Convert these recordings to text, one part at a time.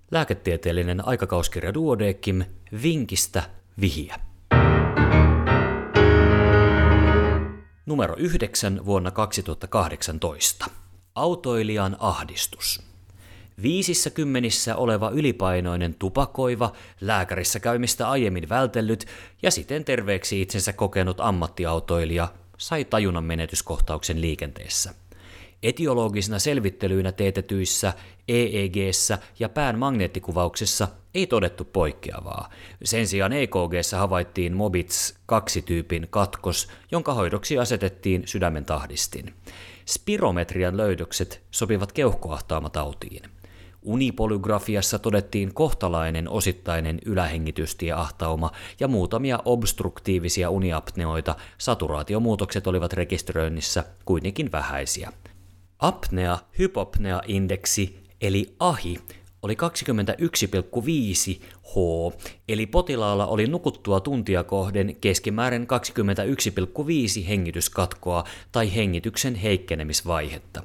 Lääketieteellinen aikakauskirja Duodecim vinkistä vihiä. Numero 9 vuonna 2018. Autoilijan ahdistus. 50 oleva ylipainoinen tupakoiva, lääkärissä käymistä aiemmin vältellyt ja siten terveeksi itsensä kokenut ammattiautoilija sai tajunnan menetyskohtauksen liikenteessä. Etiologisina selvittelyinä teetetyissä EEG:ssä ja pään magneettikuvauksessa ei todettu poikkeavaa. Sen sijaan EKG:ssä havaittiin Mobitz 2-tyypin katkos, jonka hoidoksi asetettiin sydämen tahdistin. Spirometrian löydökset sopivat keuhkoahtaumatautiin. Unipolygrafiassa todettiin kohtalainen osittainen ylähengitystieahtauma ja muutamia obstruktiivisia uniapneoita. Saturaatiomuutokset olivat rekisteröinnissä kuitenkin vähäisiä. Apnea-hypopnea-indeksi eli AHI oli 21,5 H, eli potilaalla oli nukuttua tuntia kohden keskimäärin 21,5 hengityskatkoa tai hengityksen heikkenemisvaihetta.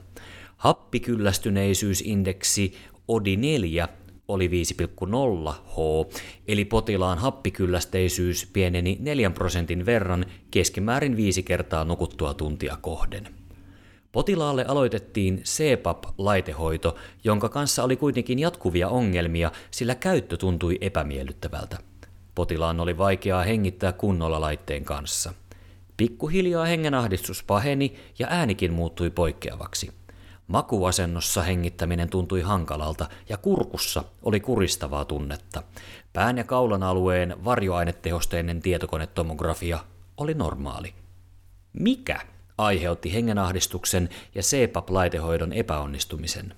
Happikyllästyneisyys-indeksi ODI-4 oli 5,0 H, eli potilaan happikyllästeisyys pieneni 4% verran keskimäärin 5 kertaa nukuttua tuntia kohden. Potilaalle aloitettiin CPAP-laitehoito, jonka kanssa oli kuitenkin jatkuvia ongelmia, sillä käyttö tuntui epämiellyttävältä. Potilaan oli vaikeaa hengittää kunnolla laitteen kanssa. Pikkuhiljaa hengenahdistus paheni ja äänikin muuttui poikkeavaksi. Makuasennossa hengittäminen tuntui hankalalta ja kurkussa oli kuristavaa tunnetta. Pään ja kaulan alueen varjoainetehosteinen tietokonetomografia oli normaali. Mikä aiheutti hengenahdistuksen ja CPAP-laitehoidon epäonnistumisen?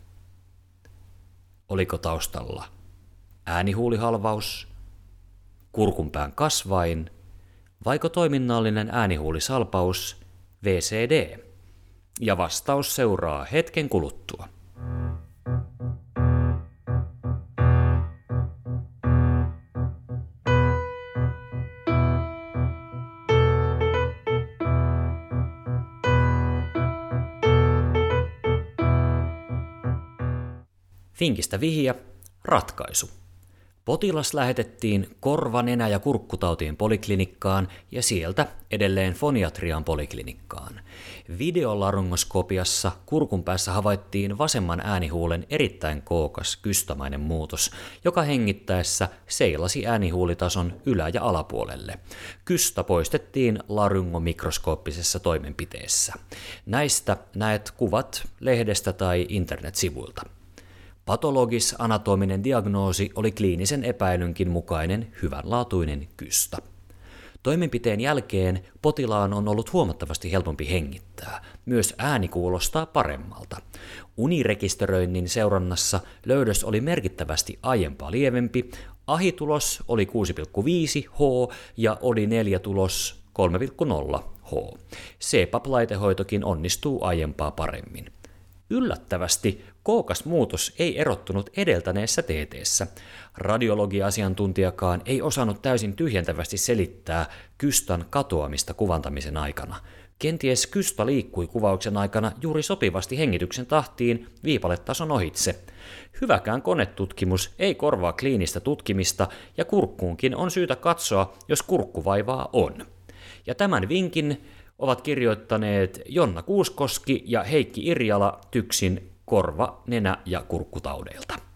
Oliko taustalla äänihuulihalvaus, kurkunpään kasvain, vaiko toiminnallinen äänihuulisalpaus, VCD? Ja vastaus seuraa hetken kuluttua. Vinkistä vihiä, ratkaisu. Potilas lähetettiin korva-, nenä- ja kurkkutautien poliklinikkaan ja sieltä edelleen foniatrian poliklinikkaan. Videolaryngoskopiassa kurkun päässä havaittiin vasemman äänihuulen erittäin kookas kystamainen muutos, joka hengittäessä seilasi äänihuulitason ylä- ja alapuolelle. Kysta poistettiin laryngomikroskooppisessa toimenpiteessä. Näistä näet kuvat lehdestä tai internetsivuilta. Patologis-anatominen diagnoosi oli kliinisen epäilynkin mukainen hyvänlaatuinen kysta. Toimenpiteen jälkeen potilaan on ollut huomattavasti helpompi hengittää. Myös ääni kuulostaa paremmalta. Unirekisteröinnin seurannassa löydös oli merkittävästi aiempaa lievempi. AHI-tulos oli 6,5 H ja ODI-4-tulos 3,0 H. CPAP-laitehoitokin onnistuu aiempaa paremmin. Yllättävästi kookas muutos ei erottunut edeltäneessä TT:ssä. Radiologia-asiantuntijakaan ei osannut täysin tyhjentävästi selittää kystan katoamista kuvantamisen aikana. Kenties kysta liikkui kuvauksen aikana juuri sopivasti hengityksen tahtiin viipaletason ohitse. Hyväkään konetutkimus ei korvaa kliinistä tutkimista ja kurkkuunkin on syytä katsoa, jos kurkkuvaivaa on. Ja tämän vinkin ovat kirjoittaneet Jonna Kuuskoski ja Heikki Irjala TYKSin korva-, nenä- ja kurkkutaudeilta.